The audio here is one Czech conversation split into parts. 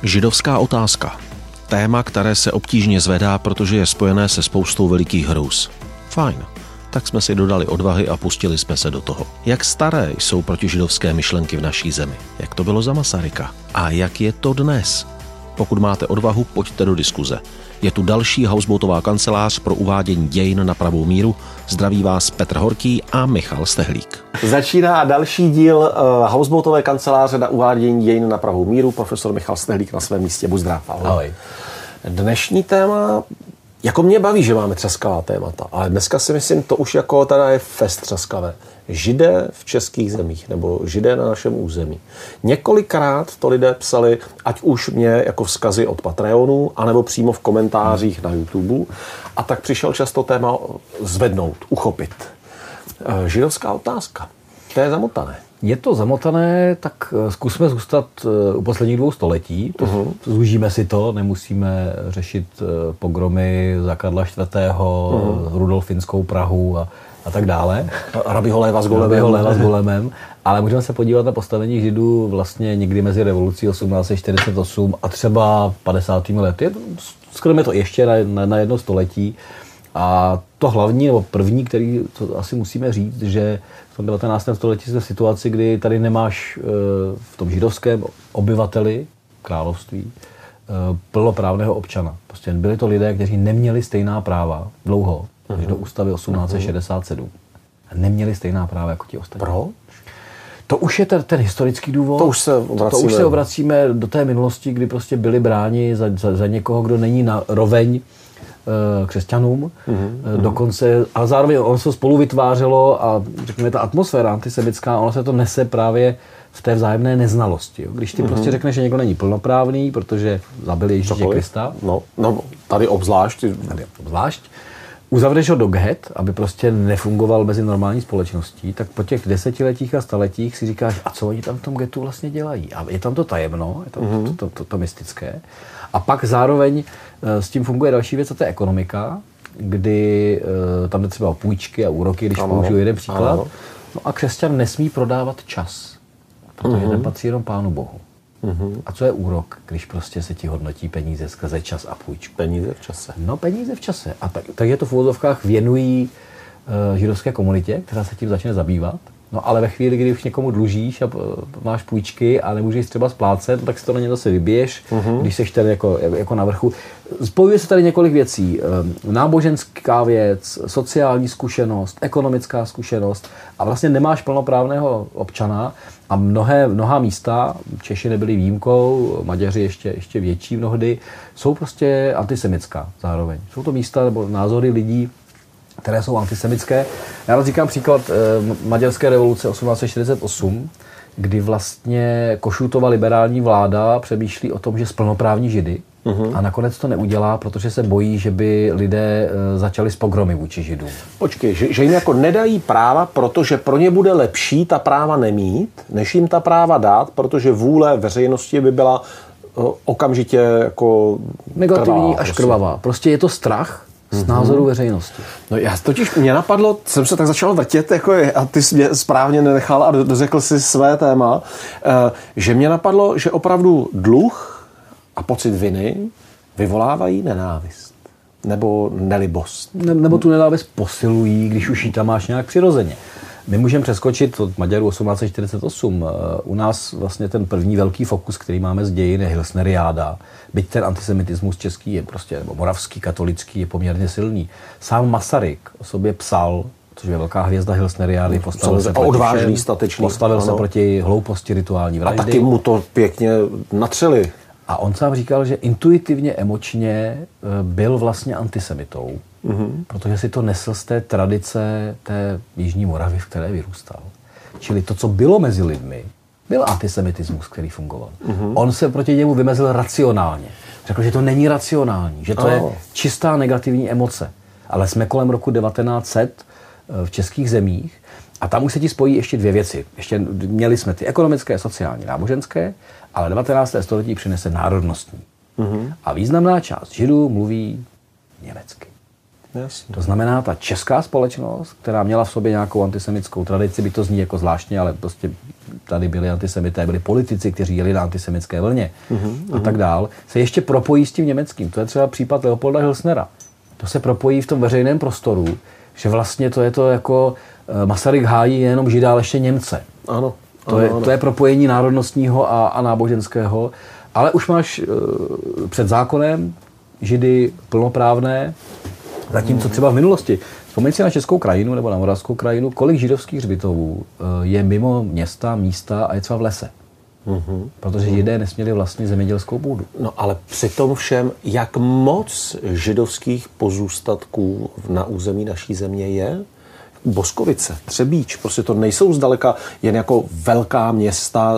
Židovská otázka. Téma, které se obtížně zvedá, protože je spojené se spoustou velikých hrůz. Fajn. Tak jsme si dodali odvahy a pustili jsme se do toho. Jak staré jsou protižidovské myšlenky v naší zemi? Jak to bylo za Masaryka? A jak je to dnes? Pokud máte odvahu, pojďte do diskuze. Je tu další Houseboatová kancelář pro uvádění dějin na pravou míru. Zdraví vás Petr Horký a Michal Stehlík. Začíná další díl Houseboatové kanceláře na uvádění dějin na pravou míru. Profesor Michal Stehlík na svém místě. Buď zdrav. Ahoj. Dnešní téma, jako mě baví, že máme třaskavá témata, ale dneska si myslím, to už jako teda je fest třaskavé. Židé v českých zemích, nebo Židé na našem území. Několikrát to lidé psali, ať už mě jako vzkazy od Patreonů, anebo přímo v komentářích na YouTube. A tak přišel často téma zvednout, uchopit. Židovská otázka. To je zamotané. Je to zamotané, tak zkusme zůstat u posledních 2 století. Zúžíme si to, nemusíme řešit pogromy za Karla IV., Rudolfinskou Prahu a tak dále. Rabiho Léva s Golemem. Ale můžeme se podívat na postavení Židů vlastně někdy mezi revolucí 1848 a třeba 50. lety. Skrýme to ještě na 1 století. A to hlavní, nebo první, který to asi musíme říct, že v tom 19. století jsme v situaci, kdy tady nemáš v tom židovském obyvateli království plnoprávného občana. Prostě byli to lidé, kteří neměli stejná práva dlouho, až do ústavy 1867. Neměli stejná práva jako ti ostatní. Proč? To už je ten historický důvod. To už se obracíme do té minulosti, kdy prostě byli bráni za někoho, kdo není na roveň křesťanům, dokonce, ale zároveň ono se spolu vytvářelo a řekněme ta atmosféra antisemitská, ono se to nese právě v té vzájemné neznalosti. Jo. Když ty prostě řekneš, že někdo není plnoprávný, protože zabili Ježíše Krista. No, tady obzvlášť. Uzavřeš ho do ghet, aby prostě nefungoval mezi normální společností, tak po těch desetiletích a staletích si říkáš, a co oni tam v tom getu vlastně dělají? A je tam to tajemno, je tam to mystické. A pak zároveň s tím funguje další věc, a to je ekonomika, kdy tam jde třeba o půjčky a úroky, když použiju jeden příklad. Ano. No a křesťan nesmí prodávat čas, protože ten patří jenom Pánu Bohu. A co je úrok, když prostě se ti hodnotí peníze skrze čas a půjčku? Peníze v čase. No, peníze v čase. A tak je to v úvozovkách věnují židovské komunitě, která se tím začne zabývat. No ale ve chvíli, kdy už někomu dlužíš a máš půjčky a nemůžeš třeba splácet, tak si to na ně zase vybiješ, když seš tady jako na vrchu. Spojuje se tady několik věcí. Náboženská věc, sociální zkušenost, ekonomická zkušenost a vlastně nemáš plnoprávného občana a mnohá místa, Češi nebyli výjimkou, Maďaři ještě větší mnohdy, jsou prostě antisemitská zároveň. Jsou to místa nebo názory lidí, které jsou antisemické. Já říkám příklad maďarské revoluce 1848, kdy vlastně Kossuthova liberální vláda přemýšlí o tom, že splnoprávní Židy a nakonec to neudělá, protože se bojí, že by lidé začali s pogromy vůči Židům. Počkej, že jim jako nedají práva, protože pro ně bude lepší ta práva nemít, než jim ta práva dát, protože vůle veřejnosti by byla okamžitě jako negativní až krvavá. Prostě je to strach z názoru veřejnosti. No já totiž mě napadlo, jsem se tak začal vrtět, jako a ty jsi mě správně nenechal a dořekl si své téma, že mě napadlo, že opravdu dluh a pocit viny vyvolávají nenávist. Nebo nelibost. Nebo tu nenávist posilují, když už ji tam máš nějak přirozeně. My můžeme přeskočit od Maďarů 1848. U nás vlastně ten první velký fokus, který máme z dějin, je Hilsneriáda. Byť ten antisemitismus český je prostě, nebo moravský, katolický je poměrně silný. Sám Masaryk o sobě psal, což je velká hvězda Hilsneriády, postavil se proti odvážný, statečný. Postavil se proti hlouposti rituální vraždy. A taky mu to pěkně natřeli. A on sám říkal, že intuitivně, emočně byl vlastně antisemitou, protože si to nesl z té tradice té Jižní Moravy, v které vyrůstal. Čili to, co bylo mezi lidmi, byl antisemitismus, který fungoval. On se proti němu vymezil racionálně. Řekl, že to není racionální, že to je čistá negativní emoce. Ale jsme kolem roku 1900 v českých zemích a tam už se ti spojí ještě 2 věci. Ještě měli jsme ty ekonomické, sociální, náboženské, ale 19. století přinese národnostní. A významná část Židů mluví německy. Jasně. To znamená, ta česká společnost, která měla v sobě nějakou antisemitskou tradici, by to zní jako zvláštně, ale prostě tady byli antisemité, byli politici, kteří jeli na antisemitské vlně a tak dál, se ještě propojí s tím německým. To je třeba případ Leopolda Hilsnera. To se propojí v tom veřejném prostoru, že vlastně to je to jako Masaryk hájí jenom Žida, ale ještě Němce. Ano. To je propojení národnostního a náboženského, ale už máš před zákonem Židy plnoprávné, zatímco třeba v minulosti. Vzpomeň si na Českou krajinu nebo na Moravskou krajinu, kolik židovských hřbitovů je mimo města, místa a je třeba v lese. Protože Židé nesměli vlastně zemědělskou půdu. No ale při tom všem, jak moc židovských pozůstatků na území naší země je? Boskovice, Třebíč, prostě to nejsou zdaleka jen jako velká města,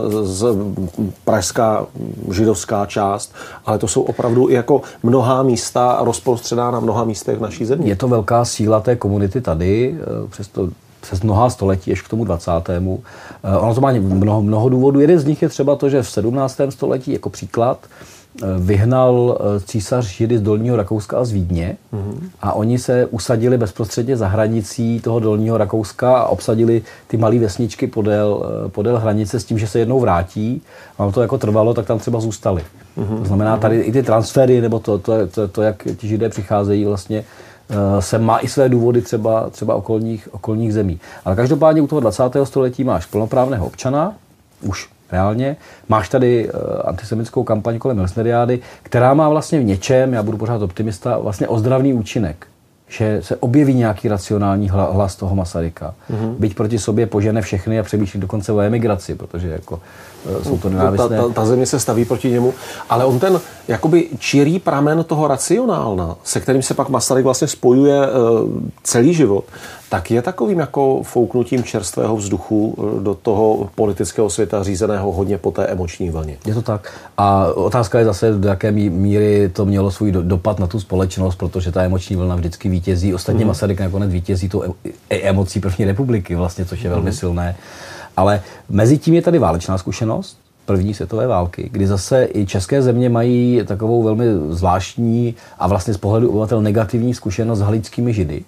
pražská židovská část, ale to jsou opravdu i jako mnohá místa rozprostřená na mnoha místech v naší země. Je to velká síla té komunity tady, přes mnoha století, až k tomu 20. Ono to má mnoho důvodů. Jeden z nich je třeba to, že v 17. století, jako příklad, vyhnal císař Židy z Dolního Rakouska a z Vídně a oni se usadili bezprostředně za hranicí toho Dolního Rakouska a obsadili ty malé vesničky podél hranice s tím, že se jednou vrátí. A to jako trvalo, tak tam třeba zůstali. To znamená, tady i ty transfery, nebo to jak ti Židé přicházejí vlastně, se má i své důvody třeba okolních zemí. Ale každopádně u toho 20. století máš plnoprávného občana, už reálně. Máš tady antisemitskou kampaň kolem Hilsneriády, která má vlastně v něčem, já budu pořád optimista, vlastně ozdravný účinek. Že se objeví nějaký racionální hlas toho Masaryka. Byť proti sobě požene všechny a přemýšlí dokonce o emigraci, protože jako jsou to nenávistné. Ta země se staví proti němu, ale on ten jakoby čirý pramen toho racionálna, se kterým se pak Masaryk vlastně spojuje celý život, tak je takovým jako fouknutím čerstvého vzduchu do toho politického světa řízeného hodně po té emoční vlně. Je to tak. A otázka je zase, do jaké míry to mělo svůj dopad na tu společnost, protože ta emoční vlna vždycky vítězí. Ostatně Masaryk nakonec vítězí tou emocí první republiky, vlastně, což je velmi silné. Ale mezi tím je tady válečná zkušenost první světové války, kdy zase i české země mají takovou velmi zvláštní a vlastně z pohledu obyvatel negativní zkušenost s haličskými Židy,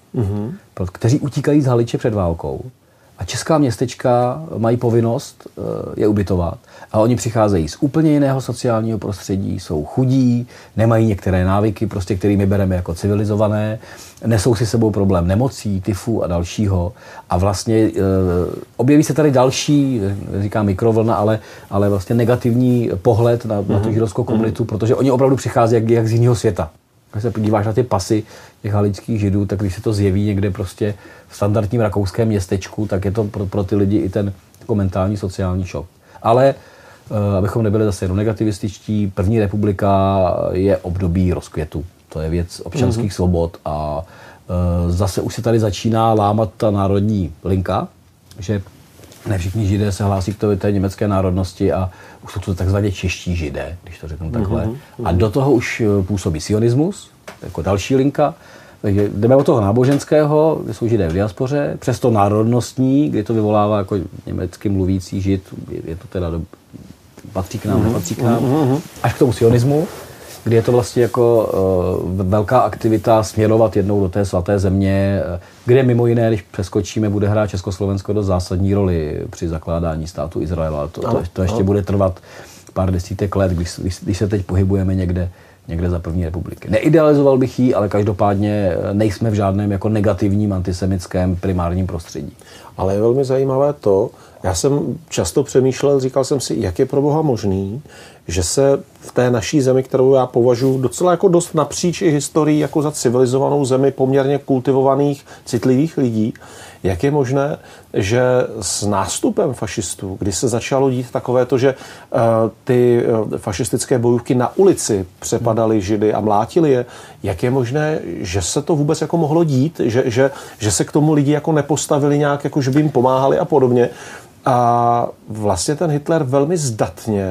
kteří utíkají z Haliče před válkou. A česká městečka mají povinnost je ubytovat. A oni přicházejí z úplně jiného sociálního prostředí, jsou chudí, nemají některé návyky, prostě, kterými bereme jako civilizované, nesou si sebou problém nemocí, tyfu a dalšího. A vlastně objeví se tady další, říkám mikrovlna, ale vlastně negativní pohled na tu židovskou komunitu, protože oni opravdu přichází jak z jiného světa. Když se podíváš na ty pasy těch haličských Židů, tak když se to zjeví někde prostě v standardním rakouském městečku, tak je to pro ty lidi i ten jako mentální sociální šok. Ale abychom nebyli zase jenom negativističtí, první republika je období rozkvětu. To je věc občanských svobod a zase už se tady začíná lámat ta národní linka, že ne všichni Židé se hlásí k té německé národnosti a už jsou to takzvaně čeští Židé, když to řeknu takhle. A do toho už působí sionismus, jako další linka. Takže jdeme od toho náboženského, kde jsou Židé v diaspoře, přes to národnostní, kdy to vyvolává jako německy mluvící Žid, je to teda patří k nám, nepatří k nám, až k tomu sionismu, kdy je to vlastně jako velká aktivita směrovat jednou do té svaté země, kde mimo jiné, když přeskočíme, bude hrát Československo dost zásadní roli při zakládání státu Izraela. To ještě bude trvat pár desítek let, když se teď pohybujeme někde za první republiky. Neidealizoval bych ji, ale každopádně nejsme v žádném jako negativním antisemitském primárním prostředí. Ale je velmi zajímavé to, já jsem často přemýšlel, říkal jsem si, jak je pro Boha možný, že se v té naší zemi, kterou já považuji docela jako dost napříč i historií jako za civilizovanou zemi poměrně kultivovaných, citlivých lidí, jak je možné, že s nástupem fašistů, kdy se začalo dít takové to, že ty fašistické bojůvky na ulici přepadaly Židy a mlátili je, jak je možné, že se to vůbec jako mohlo dít, že se k tomu lidi jako nepostavili nějak, jako že by jim pomáhali a podobně. A vlastně ten Hitler velmi zdatně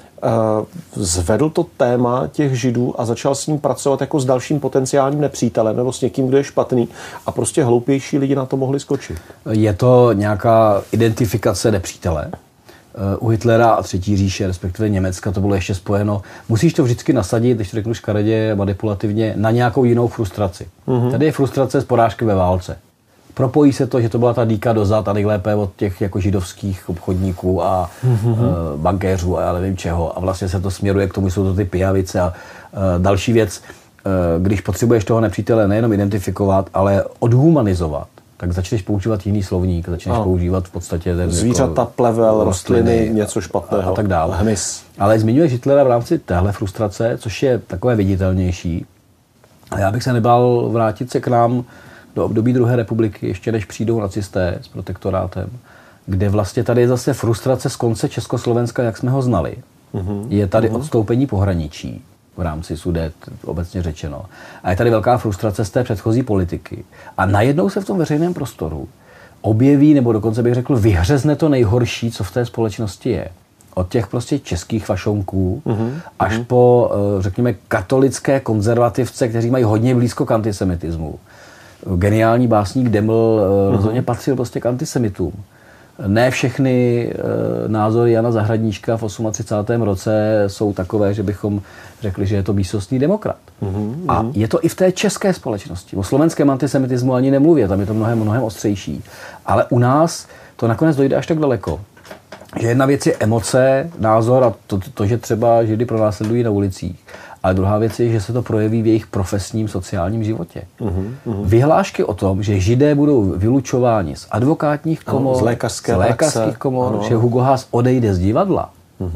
zvedl to téma těch Židů a začal s ním pracovat jako s dalším potenciálním nepřítelem nebo s někým, kdo je špatný a prostě hloupější lidi na to mohli skočit. Je to nějaká identifikace nepřítele. u Hitlera a Třetí říše, respektive Německa, to bylo ještě spojeno. Musíš to vždycky nasadit, když to řeknu škaredě, manipulativně, na nějakou jinou frustraci. Tady je frustrace z porážky ve válce. Propojí se to, že to byla ta dýka dozad a nejlépe od těch jako židovských obchodníků a bankéřů a já nevím čeho. A vlastně se to směruje k tomu, jsou to ty pijavice a další věc, když potřebuješ toho nepřítele nejenom identifikovat, ale odhumanizovat, tak začneš používat jiný slovník, začneš používat v podstatě ten zvířata, plevel, rostliny, něco špatného a tak dále. Hmyz. Ale zmiňuješ Hitlera v rámci téhle frustrace, což je takové viditelnější. A já bych se nebál vrátit se k nám do období druhé republiky, ještě než přijdou nacisté s protektorátem, kde vlastně tady je zase frustrace z konce Československa, jak jsme ho znali. Je tady odstoupení pohraničí v rámci Sudet, obecně řečeno. A je tady velká frustrace z té předchozí politiky. A najednou se v tom veřejném prostoru objeví, nebo dokonce bych řekl, vyhřezne to nejhorší, co v té společnosti je. Od těch prostě českých fašonků až po, řekněme, katolické konzervativce, kteří mají hodně blízko k antisemitismu. Geniální básník Deml rozhodně patřil prostě k antisemitům. Ne všechny názory Jana Zahradníčka v 38. roce jsou takové, že bychom řekli, že je to výsostný demokrat. A je to i v té české společnosti. O slovenském antisemitismu ani nemluvě, tam je to mnohem ostřejší. Ale u nás to nakonec dojde až tak daleko, že jedna věc je emoce, názor a to že třeba Židy pronásledují na ulicích. Ale druhá věc je, že se to projeví v jejich profesním sociálním životě. Vyhlášky o tom, že Židé budou vylučováni z advokátních komor, z lékařských komor, že Hugo Haas odejde z divadla,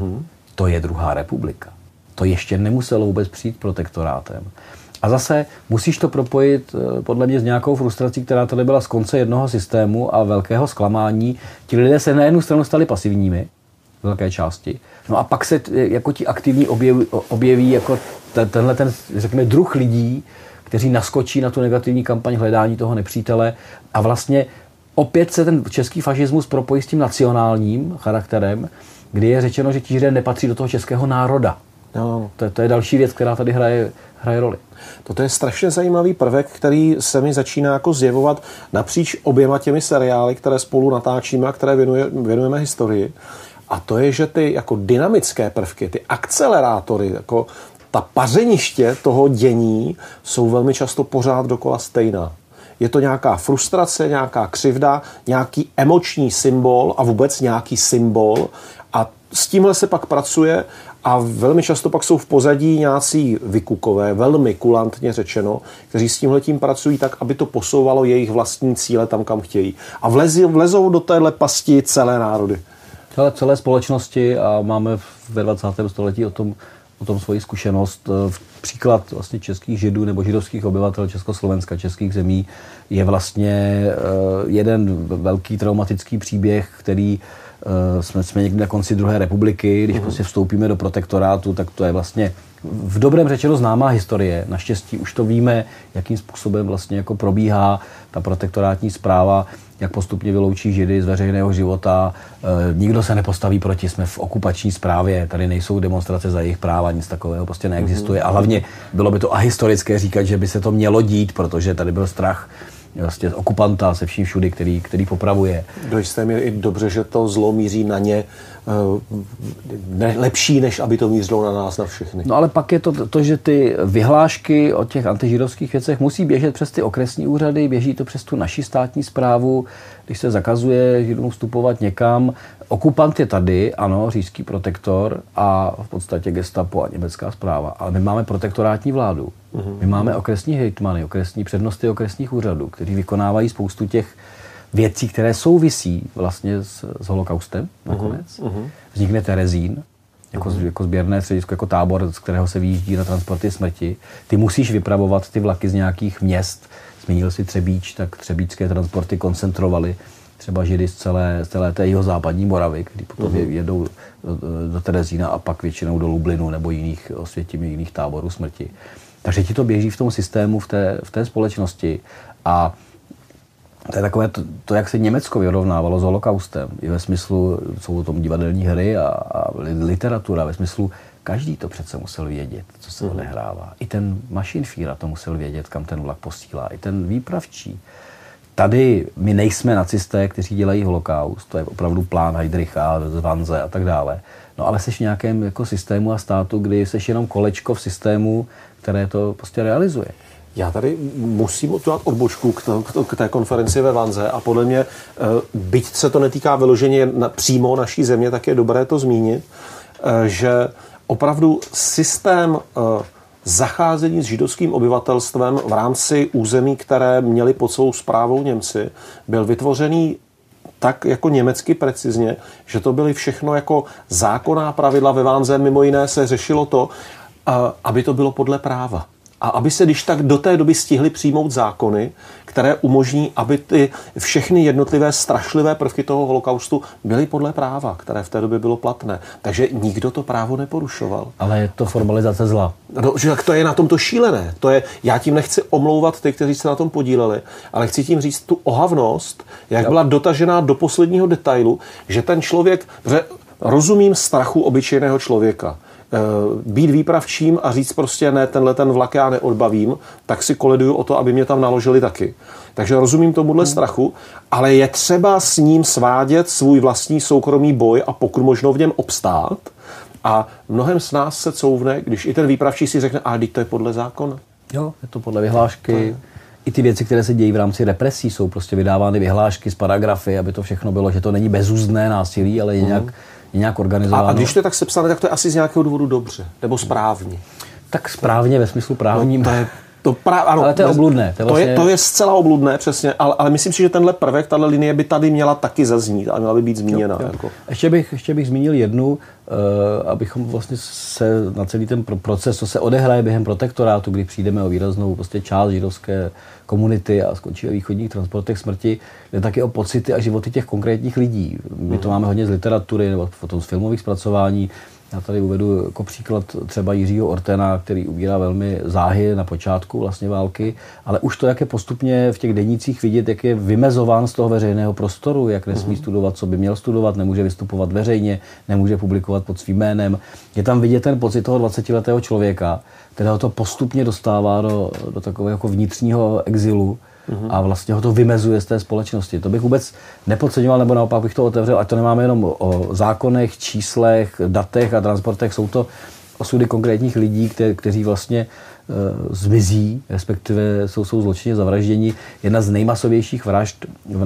to je druhá republika. To ještě nemuselo vůbec přijít protektorátem. A zase musíš to propojit podle mě s nějakou frustrací, která tady byla z konce jednoho systému a velkého zklamání. Ti lidé se na jednu stranu stali pasivními, v velké části. No a pak se jako ti aktivní objeví jako tenhle ten, řekněme, druh lidí, kteří naskočí na tu negativní kampaň hledání toho nepřítele a vlastně opět se ten český fašismus propojí s tím nacionálním charakterem, kdy je řečeno, že ti Židé nepatří do toho českého národa. No. To je další věc, která tady hraje roli. Toto je strašně zajímavý prvek, který se mi začíná jako zjevovat napříč oběma těmi seriály, které spolu natáčíme a které věnujeme historii. A to je, že ty jako dynamické prvky, ty akcelerátory, jako ta pařeniště toho dění jsou velmi často pořád dokola stejná. Je to nějaká frustrace, nějaká křivda, nějaký emoční symbol a vůbec nějaký symbol a s tímhle se pak pracuje a velmi často pak jsou v pozadí nějací vykukové, velmi kulantně řečeno, kteří s tímhletím pracují tak, aby to posouvalo jejich vlastní cíle tam, kam chtějí. A vlezou do téhle pasti celé národy. Celé společnosti a máme ve 20. století o tom svoji zkušenost. Příklad vlastně českých Židů nebo židovských obyvatel Československa, českých zemí je vlastně jeden velký traumatický příběh, který jsme někdy na konci druhé republiky, když prostě vstoupíme do protektorátu, tak to je vlastně v dobrém řečeno známá historie. Naštěstí už to víme, jakým způsobem vlastně jako probíhá ta protektorátní správa, jak postupně vyloučí Židy z veřejného života. Nikdo se nepostaví proti, jsme v okupační správě, tady nejsou demonstrace za jejich práva, nic takového prostě neexistuje. A hlavně bylo by to ahistorické říkat, že by se to mělo dít, protože tady byl strach vlastně okupanta se vším všudy, který popravuje. Do jisté míry i dobře, že to zlo míří na ně, lepší, než aby to mířilo na nás, na všechny. No ale pak je to, že ty vyhlášky o těch antižidovských věcech musí běžet přes ty okresní úřady, běží to přes tu naši státní správu, když se zakazuje Židům vstupovat někam. Okupant je tady, ano, říšský protektor a v podstatě gestapo a německá správa, ale my máme protektorátní vládu. My máme okresní hejtmany, přednosty okresních úřadů, kteří vykonávají spoustu těch věcí, které souvisí vlastně s holokaustem nakonec. Vznikne Terezín, jako sběrné středisko, jako tábor, z kterého se vyjíždí na transporty smrti. Ty musíš vypravovat ty vlaky z nějakých měst. Zmínil si Třebíč, tak třebíčské transporty koncentrovali třeba Židy z celé té jihozápadní Moravy, kdy potom jedou do Terezína a pak většinou do Lublinu nebo jiných Osvětimi, jiných táborů smrti. Takže ti to běží v tom systému, v té společnosti a to je takové to, jak se Německo vyrovnávalo s holokaustem. I ve smyslu, jsou o tom divadelní hry a literatura, ve smyslu, každý to přece musel vědět, co se odehrává. I ten Maschinenführer to musel vědět, kam ten vlak posílá. I ten výpravčí. tady my nejsme nacisté, kteří dělají holokaust, to je opravdu plán Heydricha, Wanze a tak dále. No ale seš v nějakém jako systému a státu, kdy seš jenom kolečko v systému, které to prostě realizuje. Já tady musím udělat odbočku k té konferenci ve Wanze a podle mě, byť se to netýká vyloženě přímo naší země, tak je dobré to zmínit, že opravdu systém zacházení s židovským obyvatelstvem v rámci území, které měli pod svou správou Němci, byl vytvořený tak jako německy precizně, že to byly všechno jako zákonná pravidla. Ve Wanze mimo jiné se řešilo to, aby to bylo podle práva. A aby se když tak do té doby stihly přijmout zákony, které umožní, aby ty všechny jednotlivé strašlivé prvky toho holokaustu byly podle práva, které v té době bylo platné. Takže nikdo to právo neporušoval. Ale je to formalizace zla. No, že to je na tom to šílené. Já tím nechci omlouvat ty, kteří se na tom podíleli, ale chci tím říct tu ohavnost, jak byla dotažená do posledního detailu, že ten člověk, rozumím strachu obyčejného člověka, být výpravčím a říct prostě ne, ten vlak já neodbavím, tak si koleduju o to, aby mě tam naložili taky. Takže rozumím tomuhle strachu, ale je třeba s ním svádět svůj vlastní soukromý boj a pokud možno v něm obstát. A mnohem z nás se couvne, když i ten výpravčí si řekne, a teď to je podle zákona. Jo, je to podle vyhlášky. I ty věci, které se dějí v rámci represí, jsou prostě vydávány vyhlášky z paragrafy, aby to všechno bylo, že to není bezúzdné násilí, ale je nějak organizováno. A když to je tak sepsané, tak to je asi z nějakého důvodu dobře, nebo správně. Tak správně ve smyslu právním. No, ano, ale to je obludné. To je zcela obludné, přesně, ale myslím si, že tenhle prvek, tahle linie by tady měla taky zaznít a měla by být zmíněna. Jo. Jako. Ještě bych zmínil jednu, abychom vlastně se na celý ten proces, co se odehraje během protektorátu, kdy přijdeme o výraznou prostě část židovské komunity a skončí ve východních transportech smrti, jde taky o pocity a životy těch konkrétních lidí. My to máme hodně z literatury nebo potom z filmových zpracování. Já tady uvedu jako příklad třeba Jiřího Ortena, který ubírá velmi záhy na počátku vlastně války, ale už to, jak je postupně v těch denících vidět, jak je vymezován z toho veřejného prostoru, jak nesmí studovat, co by měl studovat, nemůže vystupovat veřejně, nemůže publikovat pod svým jménem. Je tam vidět ten pocit toho 20letého člověka, kterého to postupně dostává do takového jako vnitřního exilu, a vlastně ho to vymezuje z té společnosti. To bych vůbec nepodceňoval, nebo naopak bych to otevřel, ať to nemáme jenom o zákonech, číslech, datech a transportech, jsou to osudy konkrétních lidí, kteří vlastně zmizí, respektive jsou zločinně zavražděni. Jedna z nejmasovějších vražd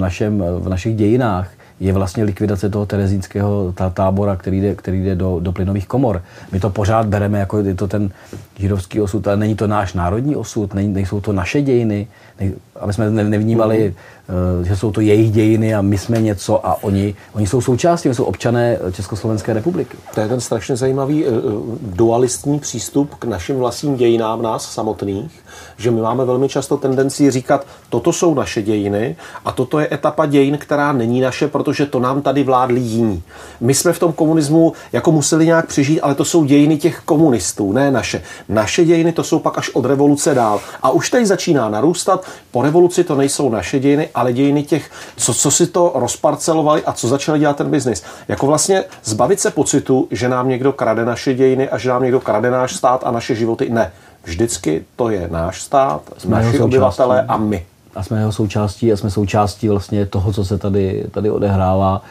v našich dějinách je vlastně likvidace toho terezínského tábora, který jde do plynových komor. My to pořád bereme jako je to ten židovský osud, ale není to náš národní osud, nejsou to naše dějiny, aby jsme nevnímali, že jsou to jejich dějiny a my jsme něco a oni jsou součástí, oni jsou občané Československé republiky. To je ten strašně zajímavý dualistní přístup k našim vlastním dějinám nás samotných, že my máme velmi často tendenci říkat, toto jsou naše dějiny a toto je etapa dějin, která není naše, protože to nám tady vládli jiní. My jsme v tom komunismu jako museli nějak přežít, ale to jsou dějiny těch komunistů, ne naše. Naše dějiny to jsou pak až od revoluce dál. A už teď začíná narůstat, po revoluci to nejsou naše dějiny, ale dějiny těch, co si to rozparcelovali a co začali dělat ten biznis. Jako vlastně zbavit se pocitu, že nám někdo krade naše dějiny a že nám někdo krade náš stát a naše životy. Ne. Vždycky to je náš stát, naši obyvatelé a my. A jsme jeho součástí a jsme součástí vlastně toho, co se tady odehrává,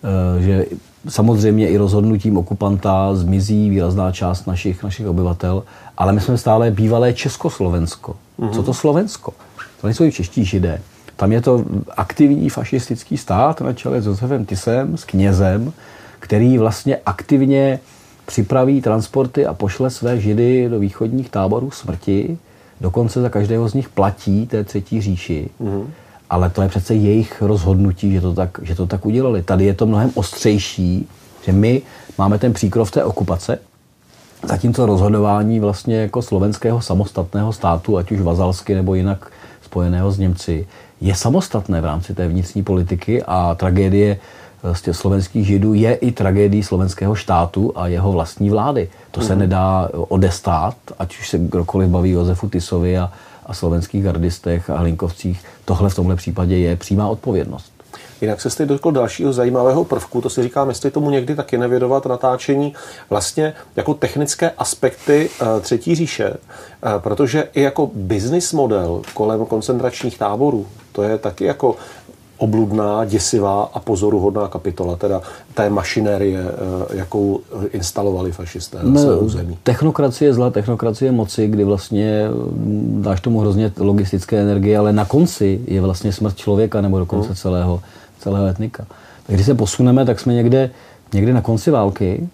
že samozřejmě i rozhodnutím okupanta zmizí výrazná část našich obyvatel, ale my jsme stále bývalé Československo. Co to Slovensko? To nejsou i čeští Židé. Tam je to aktivní fašistický stát na čele s Josefem Tisem, s knězem, který vlastně aktivně připraví transporty a pošle své Židy do východních táborů smrti. Dokonce za každého z nich platí té třetí říši. Ale to je přece jejich rozhodnutí, že to tak udělali. Tady je to mnohem ostřejší, že my máme ten příkrov té okupace, zatímco rozhodování vlastně jako slovenského samostatného státu, ať už vazalsky nebo jinak spojeného s Němci, je samostatné v rámci té vnitřní politiky a tragédie slovenských Židů je i tragédií slovenského štátu a jeho vlastní vlády. To se nedá odestát, ať už se kdokoliv baví o Josefu Tisovi a slovenských gardistech a Hlinkovcích. Tohle v tomhle případě je přímá odpovědnost. Jinak se jste dotkl dalšího zajímavého prvku, to si říkám, jestli tomu někdy taky nevědovat natáčení, vlastně jako technické aspekty Třetí říše, protože i jako business model kolem koncentračních táborů, to je taky jako obludná, děsivá a pozoruhodná kapitola, teda té mašinérie, jakou instalovali fašisté na svém území. Technokracie zla, technokracie moci, kdy vlastně dáš tomu hrozně logistické energie, ale na konci je vlastně smrt člověka nebo dokonce celého etnika. Tak když se posuneme, tak jsme někde na konci války,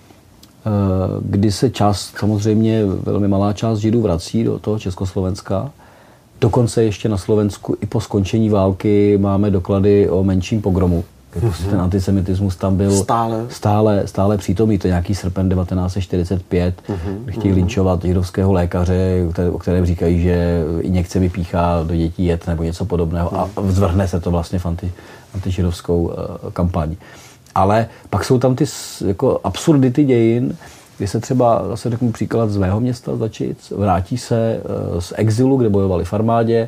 kdy se samozřejmě velmi malá část Židů vrací do toho Československa. Dokonce ještě na Slovensku i po skončení války máme doklady o menším pogromu. Ten antisemitismus tam byl stále přítomný. To je nějaký srpen 1945, kdy chtějí linčovat židovského lékaře, o kterém říkají, že injekce vypíchá do dětí jed nebo něco podobného a zvrhne se to vlastně v antižidovskou kampaň. Ale pak jsou tam ty jako absurdity dějin, kdy se třeba, zase řeknu příklad z mého města Začic, vrátí se z exilu, kde bojovali v armádě,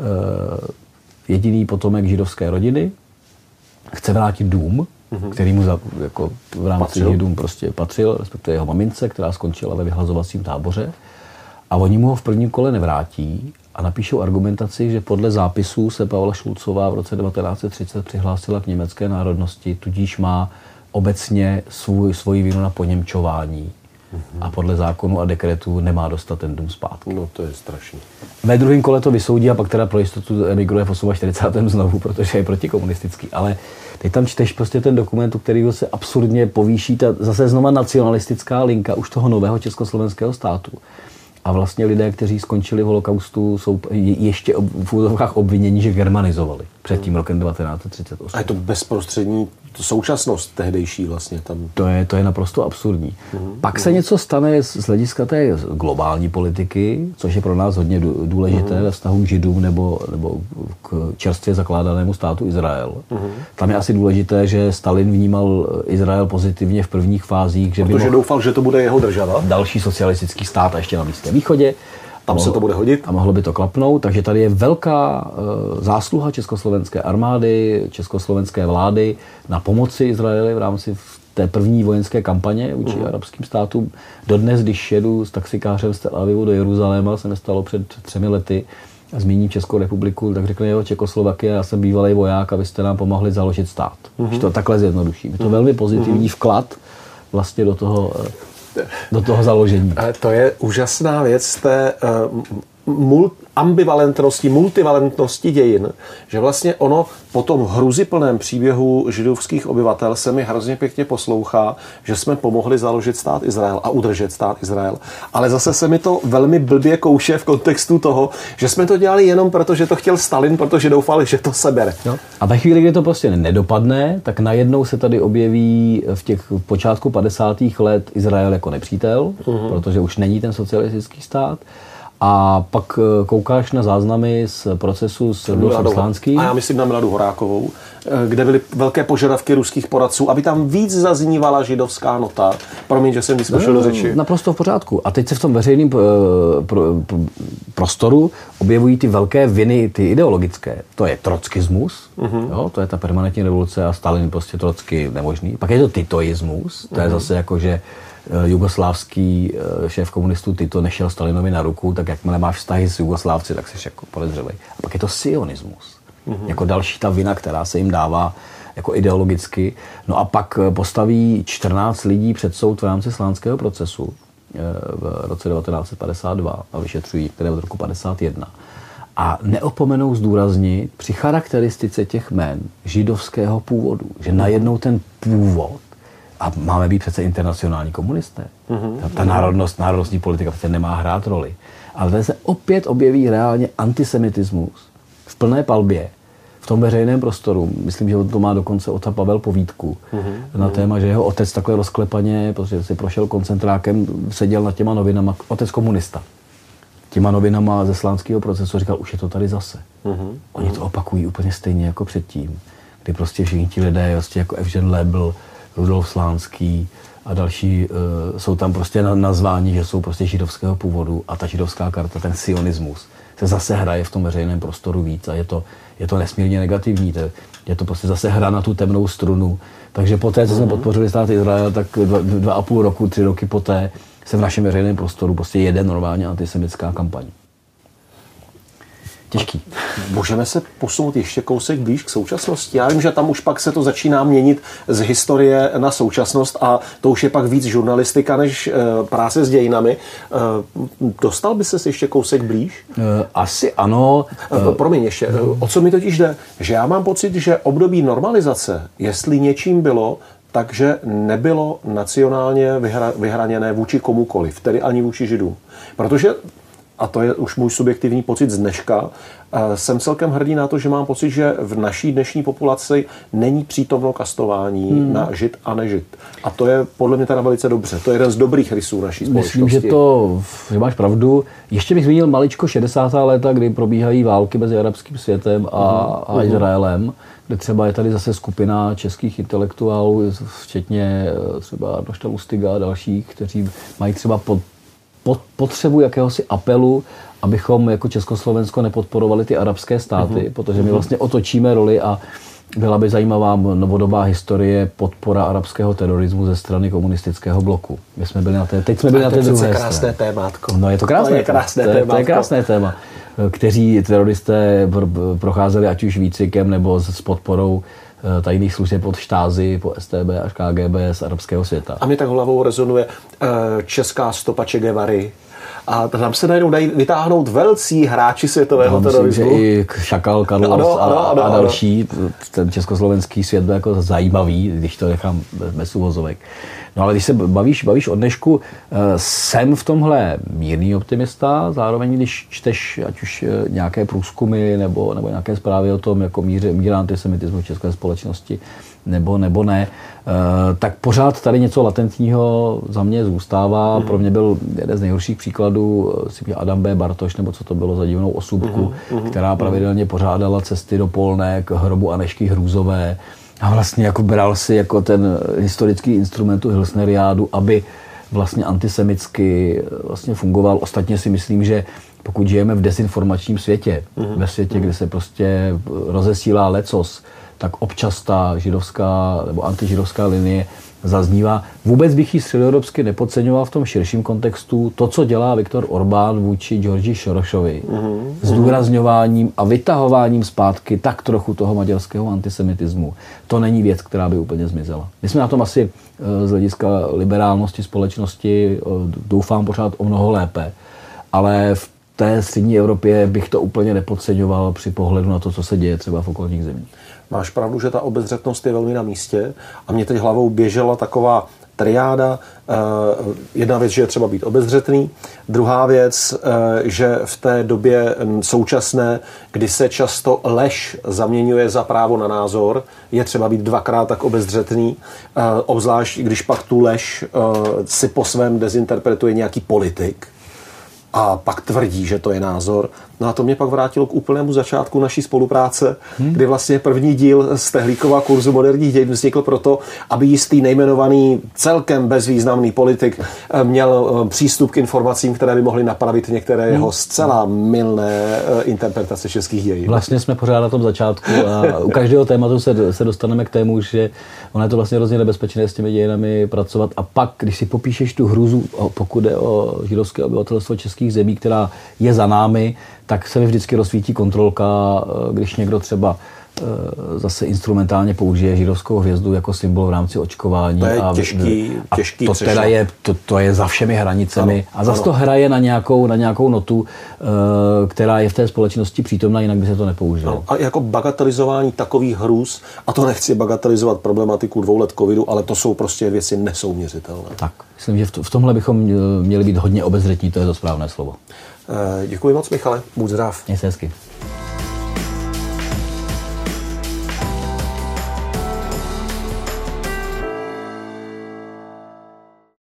jediný potomek židovské rodiny, chce vrátit dům, který mu jako v rámci Židům prostě patřil, respektive jeho mamince, která skončila ve vyhlazovacím táboře. A oni mu ho v prvním kole nevrátí a napíšou argumentaci, že podle zápisů se Pavla Šulcová v roce 1930 přihlásila k německé národnosti, tudíž má obecně svoji vinu na poněmčování. A podle zákonu a dekretů nemá dostat ten dům zpátky. No to je strašný. Ve druhém kole to vysoudí a pak teda pro jistotu emigruje v 48. znovu, protože je protikomunistický. Ale teď tam čteš prostě ten dokument, u kterého se absurdně povýší ta zase znova nacionalistická linka už toho nového československého státu. A vlastně lidé, kteří skončili v holokaustu, jsou ještě v úzovkách obvinění, že germanizovali před tím rokem 1938. A je to bezprostřední současnost tehdejší vlastně tam. To je naprosto absurdní. Pak se něco stane z hlediska té globální politiky, což je pro nás hodně důležité ve vztahu k Židům nebo k čerstvě zakládanému státu Izrael. Tam je asi důležité, že Stalin vnímal Izrael pozitivně v prvních fázích, že protože doufal, že to bude jeho država. Další socialistický stát a ještě na Blízkém východě. Tam se to bude hodit. A mohlo by to klapnout, takže tady je velká zásluha československé armády, československé vlády na pomoci Izraeli v rámci té první vojenské kampaně vůči arabským státům. Dodnes, když jedu s taxikářem z Tel Avivu do Jeruzaléma, se mi stalo před 3 lety, a zmíním Českou republiku, tak řekne, jo, Čekoslovakie, já jsem bývalý voják, abyste nám pomohli založit stát. Když to takhle zjednoduším. Je to velmi pozitivní vklad vlastně do toho založení. To je úžasná věc té ambivalentnosti, multivalentnosti dějin, že vlastně ono po tom hruziplném příběhu židovských obyvatel se mi hrozně pěkně poslouchá, že jsme pomohli založit stát Izrael a udržet stát Izrael. Ale zase se mi to velmi blbě kouše v kontextu toho, že jsme to dělali jenom proto, že to chtěl Stalin, protože doufali, že to sebere. No. A ve chvíli, kdy to prostě nedopadne, tak najednou se tady objeví v těch počátku 50. let Izrael jako nepřítel, protože už není ten socialistický stát. A pak koukáš na záznamy z procesu s Rudolfem Slánským. A já myslím na Miladu Horákovou, kde byly velké požadavky ruských poradců, aby tam víc zaznívala židovská nota. Promiň, že jsem vyskočil do řeči. Naprosto v pořádku. A teď se v tom veřejném prostoru objevují ty velké viny, ty ideologické. To je trockismus, jo, to je ta permanentní revoluce a Stalin prostě trocky nemožný. Pak je to titoismus, to je zase jako, že jugoslávský šéf komunistů Tito nešel Stalinovi na ruku, tak jakmile máš vztahy s Jugoslávci, tak jsi jako podezřelej. A pak je to sionismus. Jako další ta vina, která se jim dává jako ideologicky. No a pak postaví 14 lidí před soud v rámci slánského procesu v roce 1952 a vyšetřují, které od roku 51. A neopomenou zdůraznit při charakteristice těch jmen židovského původu, že najednou ten původ, a máme být přece internacionální komunisté. Ta národnostní politika přece nemá hrát roli. Ale tady se opět objeví reálně antisemitismus v plné palbě v tom veřejném prostoru. Myslím, že to má dokonce Ota Pavel povídku na téma, že jeho otec takhle rozklepaně, protože si prošel koncentrákem, seděl nad těma novinama, otec komunista. Těma novinama ze slánského procesu říkal, už je to tady zase. Oni to opakují úplně stejně jako předtím, kdy prostě všichni ti lidé, prostě jako Evžen Lebl, Rudolf Slánský a další jsou tam prostě nazváni, že jsou prostě židovského původu a ta židovská karta, ten sionismus, se zase hraje v tom veřejném prostoru víc a je to nesmírně negativní. Je to prostě zase hra na tu temnou strunu. Takže poté, co jsme podpořili stát Izrael, tak 2,5 roku, 3 roky poté se v našem veřejném prostoru prostě jede normálně antisemitská kampaň. Těžký. Můžeme se posunout ještě kousek blíž k současnosti. Já vím, že tam už pak se to začíná měnit z historie na současnost a to už je pak víc žurnalistika než práce s dějinami. Dostal by ses ještě kousek blíž? Asi ano. Promiň ještě, o co mi totiž jde? Že já mám pocit, že období normalizace, jestli něčím bylo, takže nebylo nacionálně vyhraněné vůči komukoliv, tedy ani vůči Židům. Protože a to je už můj subjektivní pocit z dneška, jsem celkem hrdý na to, že mám pocit, že v naší dnešní populaci není přítomno kastování na Žid a nežid. A to je podle mě teda velice dobře. To je jeden z dobrých rysů naší společnosti. Myslím, že máš pravdu. Ještě bych zmínil maličko 60. léta, kdy probíhají války mezi arabským světem a Izraelem, kde třeba je tady zase skupina českých intelektuálů, včetně třeba Arnošta Lustiga a dalších, kteří mají třeba potřebu jakéhosi apelu, abychom jako Československo nepodporovali ty arabské státy, protože my vlastně otočíme roli a byla by zajímavá novodobá historie podpora arabského terorismu ze strany komunistického bloku. Teď jsme byli na té druhé straně. Krásné témátko. No je to krásné. To je krásné téma. Kteří teroristé procházeli ať už výcvikem nebo s podporou tajných služeb od Štázy po STB až KGB z arabského světa. A mě tak hlavou rezonuje česká stopa Che Guevary. A tam se najednou dají vytáhnout velcí hráči světového terorismu. Myslím, že i Šakal, Carlos a další. Ten československý svět byl jako zajímavý, když to nechám bez uvozovek. No ale když se bavíš o dnešku, jsem v tomhle mírný optimista, zároveň když čteš ať už nějaké průzkumy nebo nějaké zprávy o tom, jako míra antisemitismu v české společnosti, nebo ne, tak pořád tady něco latentního za mě zůstává. Pro mě byl jeden z nejhorších příkladů Adam B. Bartoš, nebo co to bylo za divnou osůbku, která pravidelně pořádala cesty do Polné k hrobu Anežky Hrůzové a vlastně jako bral si jako ten historický instrument tu Hilsneriádu, aby vlastně antisemicky vlastně fungoval. Ostatně si myslím, že pokud žijeme v desinformačním světě, ve světě, kde se prostě rozesílá lecos, tak občas ta židovská nebo antižidovská linie zaznívá. Vůbec bych ji středoevropsky nepodceňoval v tom širším kontextu. To, co dělá Viktor Orbán vůči Georgi Sorošovi, zdůrazňováním a vytahováním zpátky tak trochu toho maďarského antisemitismu, to není věc, která by úplně zmizela. My jsme na tom asi z hlediska liberálnosti společnosti doufám pořád o mnoho lépe, ale v té střední Evropě bych to úplně nepodceňoval při pohledu na to, co se děje třeba v okolních zemích. Máš pravdu, že ta obezřetnost je velmi na místě a mě teď hlavou běžela taková triáda. Jedna věc, že je třeba být obezřetný. Druhá věc, že v té době současné, kdy se často lež zaměňuje za právo na názor, je třeba být dvakrát tak obezřetný, obzvlášť když pak tu lež si po svém dezinterpretuje nějaký politik a pak tvrdí, že to je názor. No a to mě pak vrátilo k úplnému začátku naší spolupráce, kdy vlastně první díl z Tehlíkova kurzu moderních dějin vznikl proto, aby jistý nejmenovaný celkem bezvýznamný politik měl přístup k informacím, které by mohly napravit některé jeho zcela mylné interpretace českých dějin. Vlastně jsme pořád na tom začátku a u každého tématu se dostaneme k tému, že ono je to vlastně hrozně nebezpečné s těmi dějinami pracovat a pak, když si popíšeš tu hrůzu, pokud jde o židovské obyvatelstvo českých zemí, která je za námi, tak se mi vždycky rozsvítí kontrolka, když někdo třeba zase instrumentálně použije židovskou hvězdu jako symbol v rámci očkování. To je těžký to teda to je za všemi hranicemi. Ano, a zase to hraje na nějakou notu, která je v té společnosti přítomná, jinak by se to nepoužilo. Ano. A jako bagatelizování takových hrůz, a to nechci bagatelizovat problematiku 2 let covidu, ale to jsou prostě věci nesouměřitelné. Tak, myslím, že v tomhle bychom měli být hodně obezřetní, to je to správné slovo. Děkuji moc, Michale. Buď zdrav. Měj se hezky.